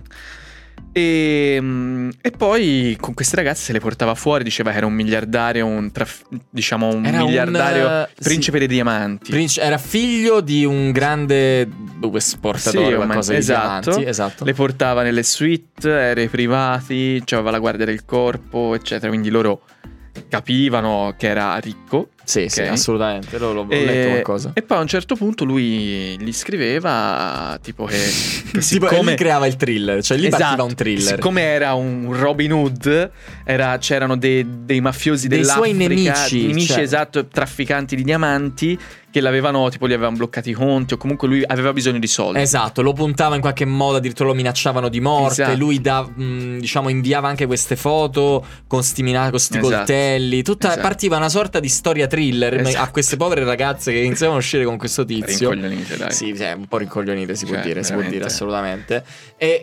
E, mm, e poi con queste ragazze se le portava fuori, diceva che era un miliardario, un traf- diciamo un Era un, miliardario eh, principe dei diamanti. Prince- era figlio di un grande esportatore, Sì, qualcosa di esatto. diamanti. Esatto. Le portava nelle suite, aerei privati, aveva la guardia del corpo, eccetera. Quindi loro capivano che era ricco. Sì, okay? sì, assolutamente, l'ho, l'ho e, letto qualcosa. E poi a un certo punto lui gli scriveva tipo che, che tipo, siccome lui creava il thriller, cioè lì esatto, partiva un thriller. Siccome era un Robin Hood, era, c'erano dei, dei mafiosi dei dell'Africa, suoi nemici, nemici cioè. esatto, trafficanti di diamanti, che l'avevano, tipo, gli avevano bloccati i conti, o comunque lui aveva bisogno di soldi. Esatto, lo puntava in qualche modo, addirittura lo minacciavano di morte. Esatto. Lui da, mh, diciamo, inviava anche queste foto con sti, mina- con sti Esatto. coltelli. Tutta Esatto. partiva una sorta di storia thriller Esatto. a queste povere ragazze che iniziavano a uscire con questo tizio. Rincoglionite, dai. Sì, sì, un po' rincoglionite, si Cioè, può dire, si può veramente. dire assolutamente. E,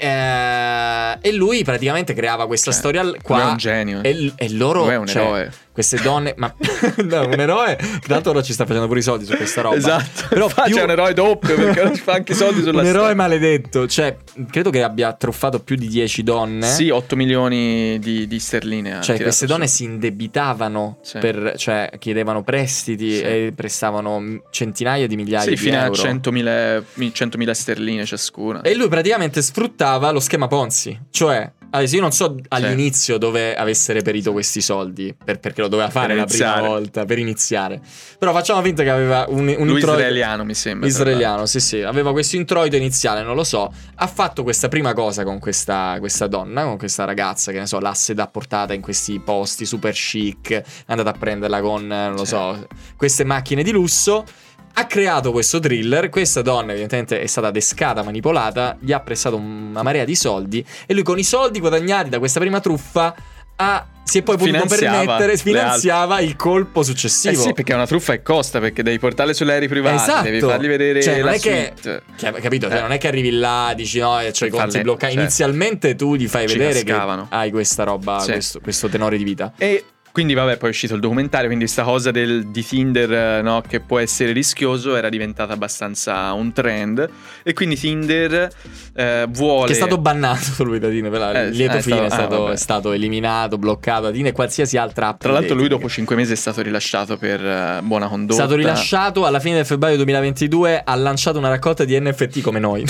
eh, e lui praticamente creava questa Cioè, storia qua. lui è un genio. E, e loro, Lui è un cioè, eroe. queste donne, ma no, un eroe. Tanto ora ci sta facendo pure i soldi su questa roba. Esatto. Però Infatti più... è un eroe doppio, perché non ci fa anche soldi sulla un eroe storia. maledetto. Cioè, credo che abbia truffato più di dieci donne. Sì, otto milioni di, di sterline. ha Cioè, tirato queste donne su. si indebitavano, Sì. per, cioè chiedevano prestiti Sì. e prestavano centinaia di migliaia Sì, di fino euro. a centomila, centomila sterline ciascuna. E lui praticamente sfruttava lo schema Ponzi. Cioè, adesso io non so all'inizio dove avesse reperito questi soldi, per- perché lo doveva fare Per la prima iniziare. volta, per iniziare. Però facciamo finta che aveva un, un Lui introito israeliano, mi sembra. tra israeliano, sì sì, aveva questo introito iniziale, non lo so. Ha fatto questa prima cosa con questa, questa donna, con questa ragazza, che ne so, l'asse da portata in questi posti super chic, è andata a prenderla con, non lo so, queste macchine di lusso. Ha creato questo thriller, questa donna evidentemente è stata adescata, manipolata, gli ha prestato una marea di soldi e lui con i soldi guadagnati da questa prima truffa ha, si è poi potuto Finanziava permettere, le finanziava il colpo l'altro. successivo. Eh sì, perché è una truffa e costa, perché devi portarle sugli aerei privati, Esatto. devi fargli vedere Cioè, non la è che- suite. Cioè, capito? Cioè, Eh. non è che arrivi là, dici no, e c'ho i conti Farle- bloccati. certo. Inizialmente tu gli fai Ci vedere cascavano. che hai questa roba, Sì. questo, questo tenore di vita. E quindi vabbè, poi è uscito il documentario, quindi sta cosa del, di Tinder, eh, no, che può essere rischioso, era diventata abbastanza un trend. E quindi Tinder eh, vuole... Che è stato bannato lui da Tinder, per la- Eh, il lieto eh, è fine è stato- ah, stato, vabbè. è stato eliminato, bloccato da Tinder e qualsiasi altra app. Tra l'altro lui dating. dopo cinque mesi è stato rilasciato per eh, buona È condotta. stato rilasciato alla fine del febbraio duemilaventidue. Ha lanciato una raccolta di N F T come noi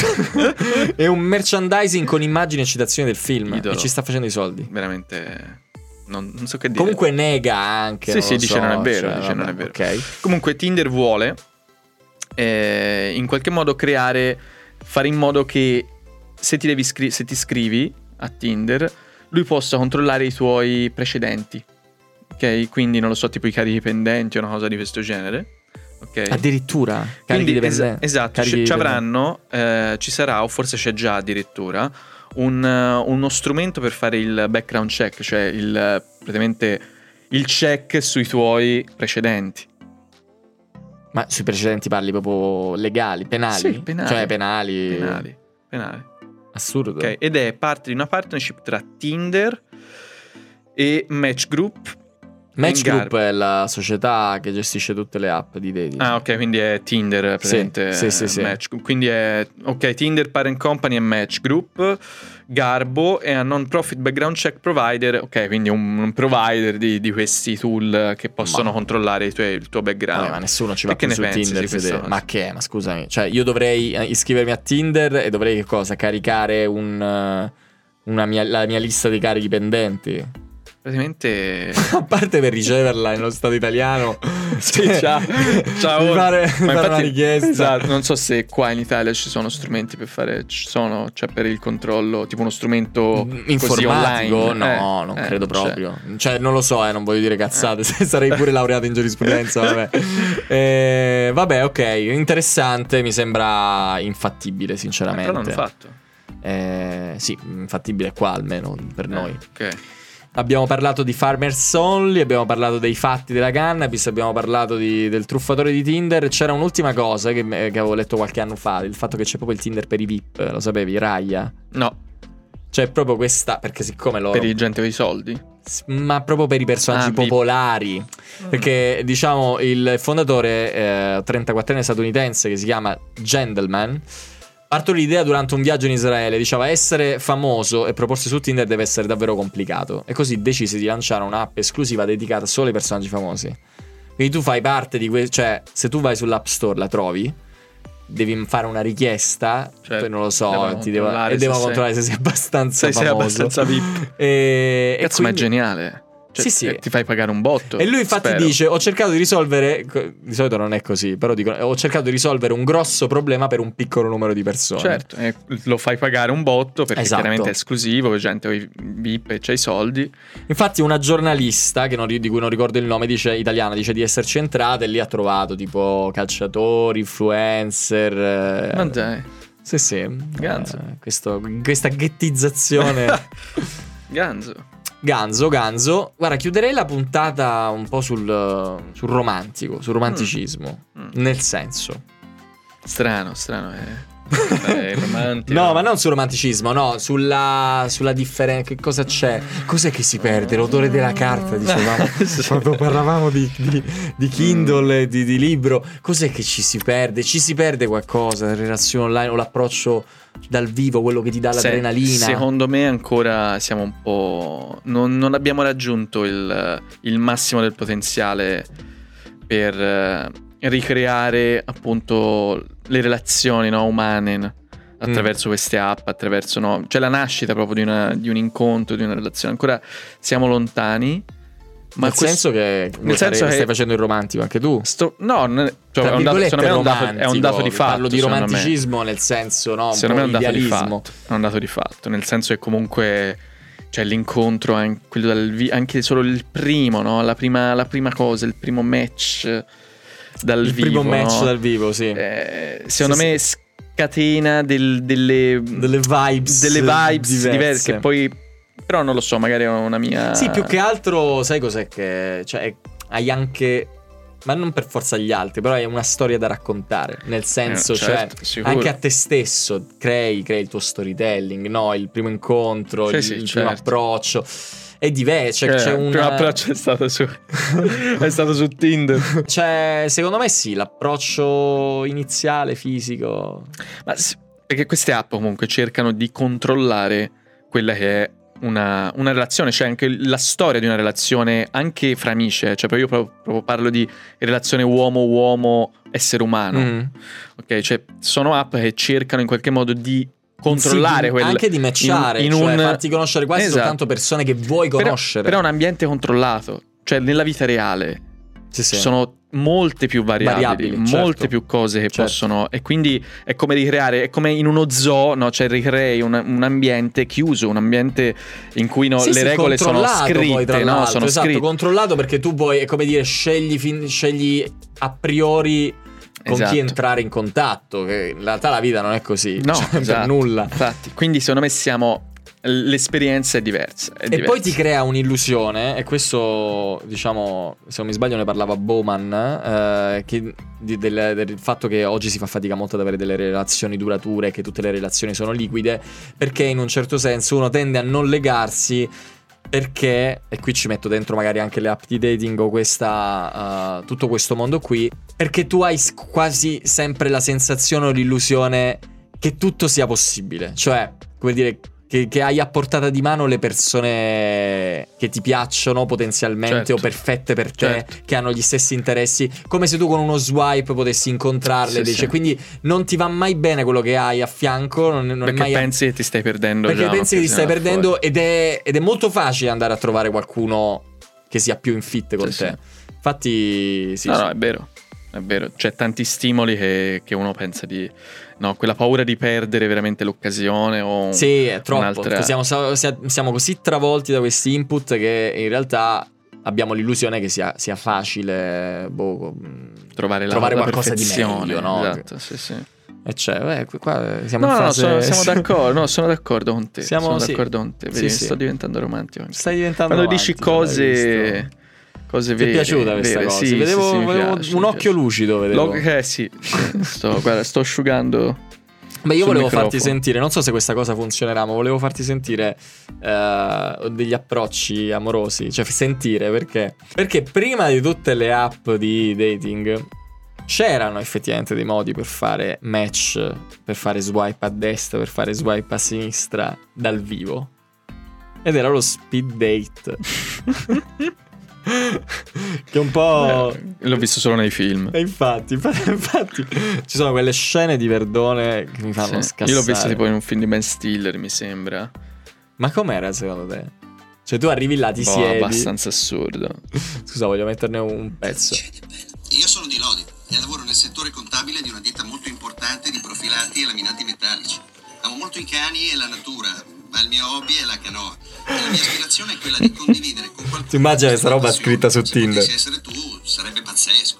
e un merchandising con immagini e citazioni del film. Idolo. E ci sta facendo i soldi. Veramente... Non, non so che dire. Comunque nega anche. Sì, non sì, lo dice so, non è vero, cioè, dice vabbè, non è vero. Ok. Comunque Tinder vuole eh, in qualche modo creare, fare in modo che se ti, devi scri- se ti iscrivi a Tinder, lui possa controllare i tuoi precedenti. Ok? Quindi non lo so, tipo i carichi pendenti o una cosa di questo genere. Ok? Addirittura. Quindi Carichi es- dipendenti. esatto, Carichi ci, ci dipendenti. avranno, eh, ci sarà, o forse c'è già addirittura, un, uh, uno strumento per fare il background check, cioè il, praticamente il check sui tuoi precedenti. Ma sui precedenti parli proprio legali, penali? Sì, penali. Cioè penali. Penali, penali. Assurdo. Ok, ed è parte di una partnership tra Tinder e Match Group. Match in Group Garbo. è la società che gestisce tutte le app di dating. Ah, ok, quindi è Tinder presente. sì, sì, sì. Match Group. Quindi è ok, Tinder Parent Company e Match Group. Garbo è a non-profit background check provider. Ok, quindi un, un provider di, di questi tool che possono Ma- controllare i tuoi- il tuo background. Vabbè, ma nessuno ci va E che più su ne pensi Tinder di se questa deve- cosa? Ma che è? Ma scusami. Cioè io dovrei eh, iscrivermi a Tinder e dovrei che cosa? Caricare un, eh, una mia, la mia lista di carichi pendenti. Praticamente A parte per riceverla nello stato italiano. sì, ciao. Ciao. Mi pare, mi Ma pare una infatti, richiesta. esatto, non so se qua in Italia ci sono strumenti per fare, ci sono, cioè per il controllo, tipo uno strumento così Informatico? online. No, Eh, non eh, credo c'è. proprio. Cioè, non lo so, eh, non voglio dire cazzate. Sarei pure laureato in giurisprudenza. Vabbè. Eh, vabbè, ok. Interessante. Mi sembra infattibile, Eh, sinceramente. però l'hanno fatto. Eh, sì, infattibile qua almeno per Eh, noi. Ok. Abbiamo parlato di Farmers Only, abbiamo parlato dei fatti della cannabis, abbiamo parlato di- del truffatore di Tinder. C'era un'ultima cosa che, che avevo letto qualche anno fa, il fatto che c'è proprio il Tinder per i V I P, lo sapevi, Raya? No, C'è proprio questa, perché siccome loro... per i gente con i soldi. ma proprio per i personaggi Ah, V I P. popolari. Perché diciamo il fondatore eh, trentaquattrenne statunitense che si chiama Gentleman partorì l'idea durante un viaggio in Israele. Diceva essere famoso e proporsi su Tinder deve essere davvero complicato, e così decise di lanciare un'app esclusiva dedicata solo ai personaggi famosi. Quindi tu fai parte di que- cioè se tu vai sull'app store la trovi, devi fare una richiesta, Cioè, poi non lo so, devono ti devo- controllare e devono se sei- controllare se sei abbastanza Se sei famoso. abbastanza V I P. E, e Cazzo, ma è quindi- geniale. Cioè, Sì, sì. eh, ti fai pagare un botto. E lui infatti spero. dice: ho cercato di risolvere, di solito non è così, però dico, ho cercato di risolvere un grosso problema per un piccolo numero di persone. Certo, eh, lo fai pagare un botto perché Esatto. chiaramente è esclusivo, gente o i V I P e c'hai i soldi. Infatti una giornalista che non, ri- di cui non ricordo il nome, dice, italiana, dice di esserci entrata e lì ha trovato tipo calciatori, influencer. eh, Ma dai, Sì, sì. Ganzo. eh, questo- questa ghettizzazione. Ganzo. Ganzo, Ganzo. Guarda, chiuderei la puntata un po' sul, sul romantico, sul romanticismo. Mm. Nel senso. Strano, strano. Eh. È romantico. No, ma non sul romanticismo, no, sulla, sulla differenza. Che cosa c'è? Cos'è che si perde? L'odore della carta, dicevamo. Sì. Quando parlavamo di, di, di Kindle, di, di libro. Cos'è che ci si perde? Ci si perde qualcosa, la relazione online o l'approccio dal vivo, quello che ti dà Se- l'adrenalina. Secondo me ancora siamo un po'. Non, non abbiamo raggiunto il, il massimo del potenziale per eh, ricreare appunto le relazioni, no, umane, no? Attraverso Mm. queste app, attraverso, no, cioè la nascita proprio di, una- di un incontro, di una relazione. Ancora siamo lontani. Ma Nel questo- senso che, nel senso che stai facendo il romantico anche tu. sto, no, non è, cioè, Tra è un dato, virgolette secondo me è un dato, è un romantico. dato di fatto. Parlo di secondo me. romanticismo nel senso, no, un Secondo me è po' un dato di idealismo. fatto. È un dato di fatto, nel senso che comunque c'è l'incontro, an- quello dal vi- anche solo il primo, no? La prima, la prima cosa, il primo match dal Il vivo. primo match no? dal vivo, sì. Eh, secondo Sì, me scatena del- delle, Delle vibes delle vibes diverse. diverse. Che poi, però non lo so, magari è una mia. Sì, più che altro, sai cos'è che... Cioè, hai anche... Ma non per forza agli altri, però hai una storia da raccontare. Nel senso, Eh, certo, cioè, sicuro. anche a te stesso crei, crei il tuo storytelling, no? Il primo incontro, Sì, il, sì, il certo. primo approccio. È diverso, cioè, Eh, c'è il un... primo approccio è stato su è stato su Tinder. Cioè, secondo me sì, l'approccio iniziale, fisico... Ma sì, perché queste app comunque cercano di controllare quella che è una, una relazione, cioè anche la storia di una relazione anche fra amici, eh. Cioè io proprio, proprio parlo di relazione uomo-uomo, essere umano, Mm. ok? Cioè sono app che cercano in qualche modo di controllare Sì, quel, anche di matchare, in, in cioè un, farti conoscere quasi Esatto. soltanto persone che vuoi Però- conoscere. Però è un ambiente controllato, cioè nella vita reale Sì, sì. ci sono molte più variabili, Variabili, molte certo. più cose che Certo. possono, e quindi è come ricreare, è come in uno zoo, no? Cioè ricrei un, un ambiente chiuso, un ambiente in cui no, Sì, le sì, regole sono controllato poi, tra scritte, no? l'altro. Sono Esatto, scritte. controllato perché tu puoi, è come dire, scegli, fin- scegli a priori con Esatto. chi entrare in contatto, che in realtà la vita non è così, No, cioè, esatto. per nulla. Infatti, quindi secondo me siamo l'esperienza è diversa, è E diversa. poi ti crea un'illusione, e questo, diciamo, se non mi sbaglio ne parlava Bowman, eh, che, di- del, del fatto che oggi si fa fatica molto ad avere delle relazioni durature, che tutte le relazioni sono liquide, perché in un certo senso uno tende a non legarsi, perché, e qui ci metto dentro magari anche le app di dating o questa, uh, tutto questo mondo qui, perché tu hai s- quasi sempre la sensazione o l'illusione che tutto sia possibile, cioè, come dire, che, che hai a portata di mano le persone che ti piacciono potenzialmente, Certo. o perfette per te, Certo. che hanno gli stessi interessi, come se tu con uno swipe potessi incontrarle, Sì, dice, sì. quindi non ti va mai bene quello che hai a fianco, non, non è Perché mai pensi che ti stai perdendo perché già pensi che ti stai un'occasione perdendo, da ed è, ed è molto facile andare a trovare qualcuno che sia più in fit con Sì, te. Infatti, sì, fuori. No, sì. no, è vero. È vero, c'è tanti stimoli che, che uno pensa di... No, quella paura di perdere veramente l'occasione o Sì, è troppo. un'altra- Siamo, siamo così travolti da questi input che in realtà abbiamo l'illusione che sia, sia facile boh, trovare, la, trovare la qualcosa di perfezione, meglio, no? Esatto, sì, sì. E cioè, eh, qua siamo No, in no, fase... sono, siamo d'accordo, no, sono d'accordo con te. Siamo- sono sì. d'accordo con te. Sì, Vedi, sì. sto diventando romantico anche. Stai diventando Quando dici romantico, l'hai cose, visto? cose Ti è vere. piaciuta questa vere, cosa? Sì, vedevo sì, sì, mi vedevo piace, un mi occhio piace. lucido, vedevo. Lo- eh sì, sì, sto, guarda, sto asciugando. Beh, io sul volevo microfono. farti sentire, non so se questa cosa funzionerà, ma volevo farti sentire eh, degli approcci amorosi, cioè sentire perché. Perché prima di tutte le app di dating c'erano effettivamente dei modi per fare match, per fare swipe a destra, per fare swipe a sinistra dal vivo. Ed era lo speed date. Che un po'... Beh, l'ho visto solo nei film. E infatti, infatti, infatti, ci sono quelle scene di Verdone che mi fanno Sì. scassare. Io l'ho visto tipo in un film di Ben Stiller, mi sembra. Ma com'era secondo te? Cioè tu arrivi là, ti boh, siedi. abbastanza assurdo. Scusa, voglio metterne un pezzo. Io sono di Lodi e lavoro nel settore contabile di una ditta molto importante di profilati e laminati metallici. Amo molto i cani e la natura, ma il mio hobby è la canoa. E la mia aspirazione è quella di condividere con qualcuno. Ti immagini questa roba scritta su Tinder? Se essere tu sarebbe pazzesco.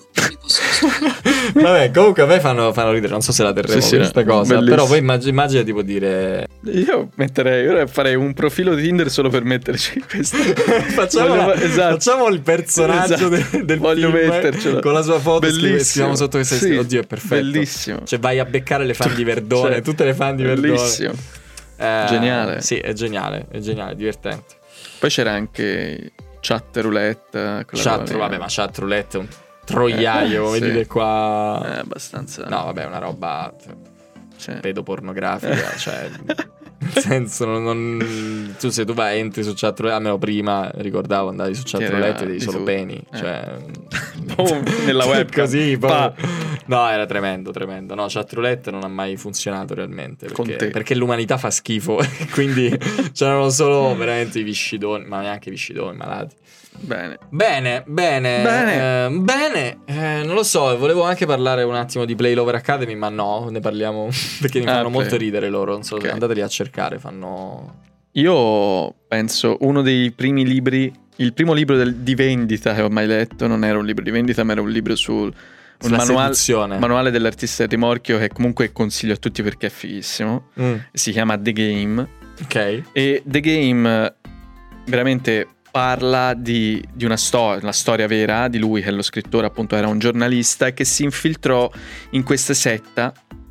Vabbè, comunque a me fanno, fanno ridere, non so se la terremo Sì, sì, questa cosa, bellissimo. però poi immag- immagina tipo dire Io metterei, ora farei un profilo Tinder solo per metterci questo. facciamo, Voglio- la- esatto. facciamo il personaggio Esatto. del, del Voglio film mettercelo. con la sua foto, Bellissimo. scrive- scriviamo sotto questa Sì, oddio è perfetto, bellissimo. cioè vai a beccare le fan di Verdone, Cioè, tutte le fan di Verdone. bellissimo. Eh, Geniale. sì, è geniale, è geniale, divertente. Poi c'era anche chat roulette. con la Chat, quale- vabbè, ma chat roulette è un troiaio, come sì. dite qua. È abbastanza. No, vabbè, è una roba Cioè, pedopornografica, cioè nel senso non, non- tu se tu vai entri su chat roulette, almeno prima ricordavo andavi su chat Che era roulette e vedevi di solo su- peni, eh. cioè Boom, nella webcam. così poi- Pa. no, era tremendo, tremendo. No, chat roulette non ha mai funzionato realmente Con perché, te. perché l'umanità fa schifo, quindi c'erano solo veramente i viscidoni, ma neanche i viscidoni malati. bene. Bene, bene, Bene. eh, bene. Eh, non lo so, volevo anche parlare un attimo di Play Lover Academy, ma no, ne parliamo perché mi Ah, fanno molto Play. ridere loro. Non so, Ok. andateli a cercare, fanno. Io penso uno dei primi libri, il primo libro del- di vendita che ho mai letto, non era un libro di vendita, ma era un libro sul un Sulla manuale, seduzione. manuale dell'artista del rimorchio che comunque consiglio a tutti perché è fighissimo. Mm, Si chiama The Game. ok. E The Game eh, veramente parla di, di una storia, la storia vera di lui, che è lo scrittore, appunto era un giornalista che si infiltrò in questa setta,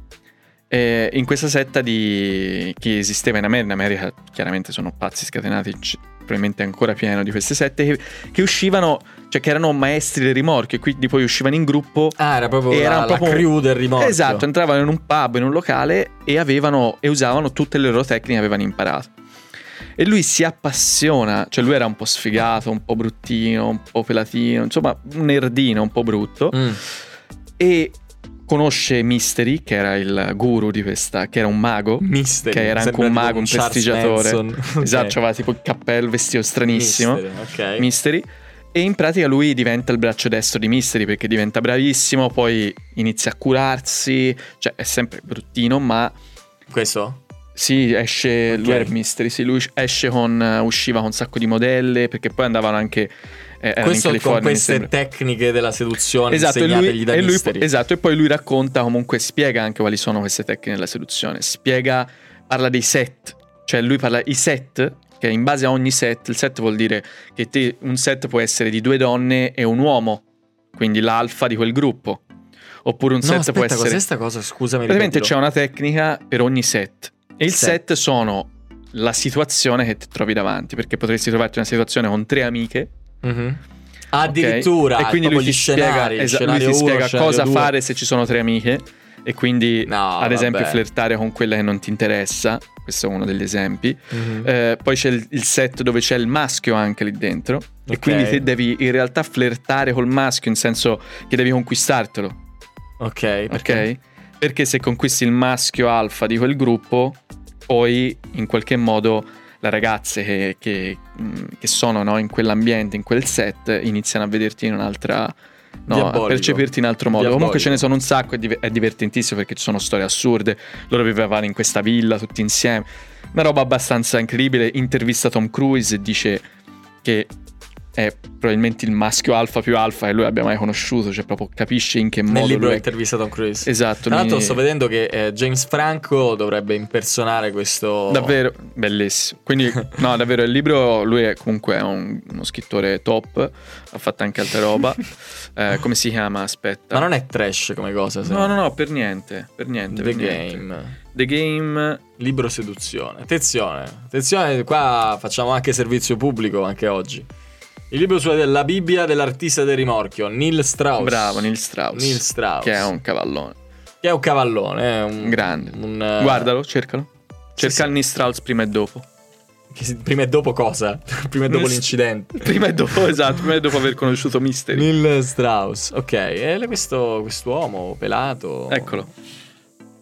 eh, in questa setta di, che esisteva in America. In America chiaramente sono pazzi scatenati, c- probabilmente è ancora pieno di queste sette che, che uscivano, cioè che erano maestri del rimorchio e quindi poi uscivano in gruppo. Ah, era proprio Era la, proprio la un- crew del rimorchio. Esatto, entravano in un pub, in un locale e avevano e usavano tutte le loro tecniche che avevano imparato. E lui si appassiona, cioè lui era un po' sfigato, un po' bruttino, un po' pelatino, insomma un nerdino un po' brutto. Mm, E conosce Mystery, che era il guru di questa, che era un mago. Mystery. Che era anche Sembra un tipo mago, un Charles prestigiatore. Manson. Esatto, Ok. aveva tipo il cappello, vestito stranissimo. Mystery, ok. Mystery. E in pratica lui diventa il braccio destro di Mystery perché diventa bravissimo, poi inizia a curarsi, cioè è sempre bruttino, ma Questo? sì, esce, Ok. lui era Mystery, sì, lui esce con, uh, usciva con un sacco di modelle perché poi andavano anche, eh, erano Questo in con California, mi queste sembra. tecniche della seduzione Esatto, e insegnategli lui, da e lui- Mystery. esatto, e poi lui racconta, comunque spiega anche quali sono queste tecniche della seduzione, spiega, parla dei set, cioè lui parla i set, che in base a ogni set, il set vuol dire che te, un set può essere di due donne e un uomo, quindi l'alfa di quel gruppo, oppure un No, set aspetta, può essere... cos'è sta cosa? Scusami, Praticamente c'è ripetilo. una tecnica per ogni set. E il Set. set sono la situazione che ti trovi davanti, perché potresti trovarti una situazione con tre amiche. Mhm. Addirittura, ok? E quindi lui proprio ti gli spiega, scenari, esa- lui scenario ti uno, spiega scenario cosa due. fare se ci sono tre amiche. E quindi, No, ad esempio, vabbè. flirtare con quella che non ti interessa. Questo è uno degli esempi. Mhm. Eh, poi c'è il, il set dove c'è il maschio anche lì dentro. E Ok. quindi te devi in realtà flirtare col maschio, in senso che devi conquistartelo. Ok, perché? Ok? Perché se conquisti il maschio alfa di quel gruppo, poi in qualche modo le ragazze che, che, mh, che sono, no, in quell'ambiente, in quel set, iniziano a vederti in un'altra... No, a Diabolico. percepirti in altro modo. Diabolico. Comunque ce ne sono un sacco, è, div- è divertentissimo perché ci sono storie assurde. Loro vivevano in questa villa tutti insieme. Una roba abbastanza incredibile. Intervista Tom Cruise e dice che è probabilmente il maschio alfa più alfa che lui abbia mai conosciuto. Cioè proprio capisce in che Nel modo libro lui è... intervista Tom Cruise. Esatto. Tra l'altro mi- sto vedendo che eh, James Franco dovrebbe impersonare questo... Davvero bellissimo. Quindi, no, davvero il libro, lui è comunque è un- uno scrittore top, ha fatto anche altra roba. Eh, come si chiama? Aspetta. Ma non è trash come cosa, se No, no, no, per niente, per niente. The per niente. Game. The Game. Libro seduzione. Attenzione, attenzione, qua facciamo anche servizio pubblico anche oggi. Il libro sulla Bibbia dell'artista del rimorchio, Neil Strauss. Bravo, Neil Strauss. Neil Strauss. Che è un cavallone. Che è un cavallone, è un Grande. un, eh, Guardalo, cercalo. Cerca sì. il Neil Strauss prima e dopo. che si- prima e dopo cosa? Prima e dopo Neil- l'incidente. Prima e dopo, esatto, prima e dopo aver conosciuto Mystery. Neil Strauss, ok, e questo quest'uomo pelato. Eccolo.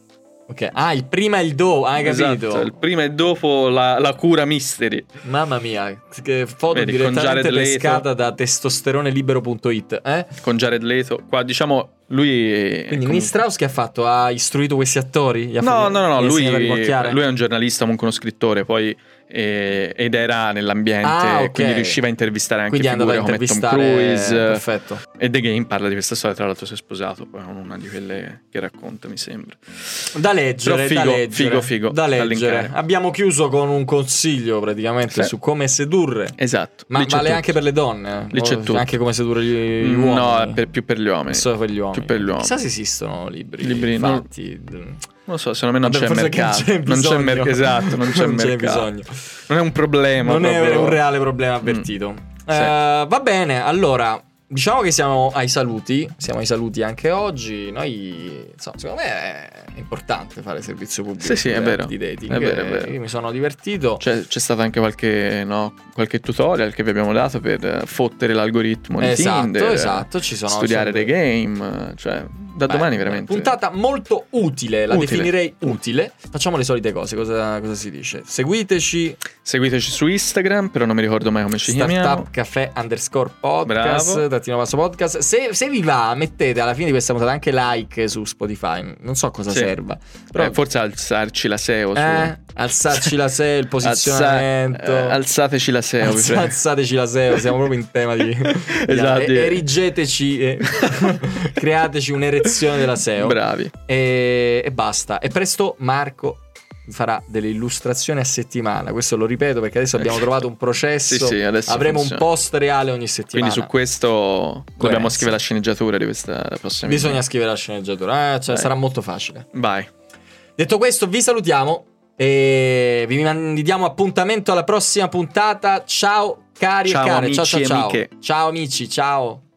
Ok. Ah, il prima e il dopo, hai capito? Esatto, il prima e dopo la, la cura mystery. Mamma mia, che foto Vedi, con direttamente Jared Leto. pescata da testosteronelibero punto it, eh? Con Jared Leto. Qua diciamo lui è Quindi comunque... Nick Strauss che ha fatto? Ha istruito questi attori? Gli ha No, fatto- no, no, no, gli ha lui, insegnato a rimorchiare? lui è un giornalista, comunque uno scrittore, poi eh, ed era nell'ambiente, Ah, ok. quindi riusciva a intervistare anche Quindi è andato a figure come Tom intervistare. Cruise. Perfetto. E The Game parla di questa storia, tra l'altro si è sposato, poi è una di quelle che racconta, mi sembra. Da leggere, Però figo, da leggere, figo, figo, da da leggere. linkare. Abbiamo chiuso con un consiglio praticamente Sì. su come sedurre. Esatto. Ma lì c'è vale tutto. anche per le donne? Lì c'è O tutto. anche come sedurre gli, gli uomini? No, è per, più per gli uomini. Solo per gli uomini. Più per gli uomini. Chissà se esistono libri, Libri, non- fatti. Non lo so, secondo me non Vabbè, c'è forse che mercato. non c'è Non c'è bisogno. mercato. Esatto, non c'è Non c'è mercato. bisogno. Non è un problema. Non è proprio. un reale problema avvertito. Sì. Eh, va bene, allora diciamo che siamo ai saluti. Siamo ai saluti anche oggi. Noi, insomma, secondo me è importante fare servizio pubblico. Sì, sì, è sulle vero. app di dating. È vero, è Eh, vero. Io mi sono divertito. C'è, c'è stato anche qualche, no, qualche tutorial che vi abbiamo dato per eh, fottere l'algoritmo di Esatto, Tinder. esatto, ci sono- studiare sono- The Game. Cioè, da Beh, domani veramente. Puntata molto utile, la Utile. definirei utile. Facciamo le solite cose, cosa, cosa si dice? Seguiteci, Seguiteci su Instagram, però non mi ricordo mai come ci chiamiamo. Startup Caffè underscore podcast, Bravo. trattino basso podcast. Se, se vi va, mettete alla fine di questa puntata anche like su Spotify. Non so cosa Sì. serva. Però, Eh, forse alzarci la S E O. su- eh, alzarci la S E O, il posizionamento. Alza- eh, alzateci la S E O. vi Alza- prego. alzateci la S E O, siamo proprio in tema di, di- Esatto. e- erigeteci, eh, createci un'erezione della S E O. Bravi. E, e basta. E presto Marco farà delle illustrazioni a settimana. Questo lo ripeto perché adesso abbiamo trovato un processo. Sì, sì, adesso avremo funziona. un post reale ogni settimana. Quindi su questo dobbiamo Coerenza. scrivere la sceneggiatura di questa la prossima. Bisogna scrivere la sceneggiatura, eh, cioè, Vai. sarà molto facile. Vai. Detto questo, vi salutiamo e vi diamo appuntamento alla prossima puntata. Ciao cari Ciao, e care. Ciao amici ciao e ciao. amiche. Ciao amici, ciao.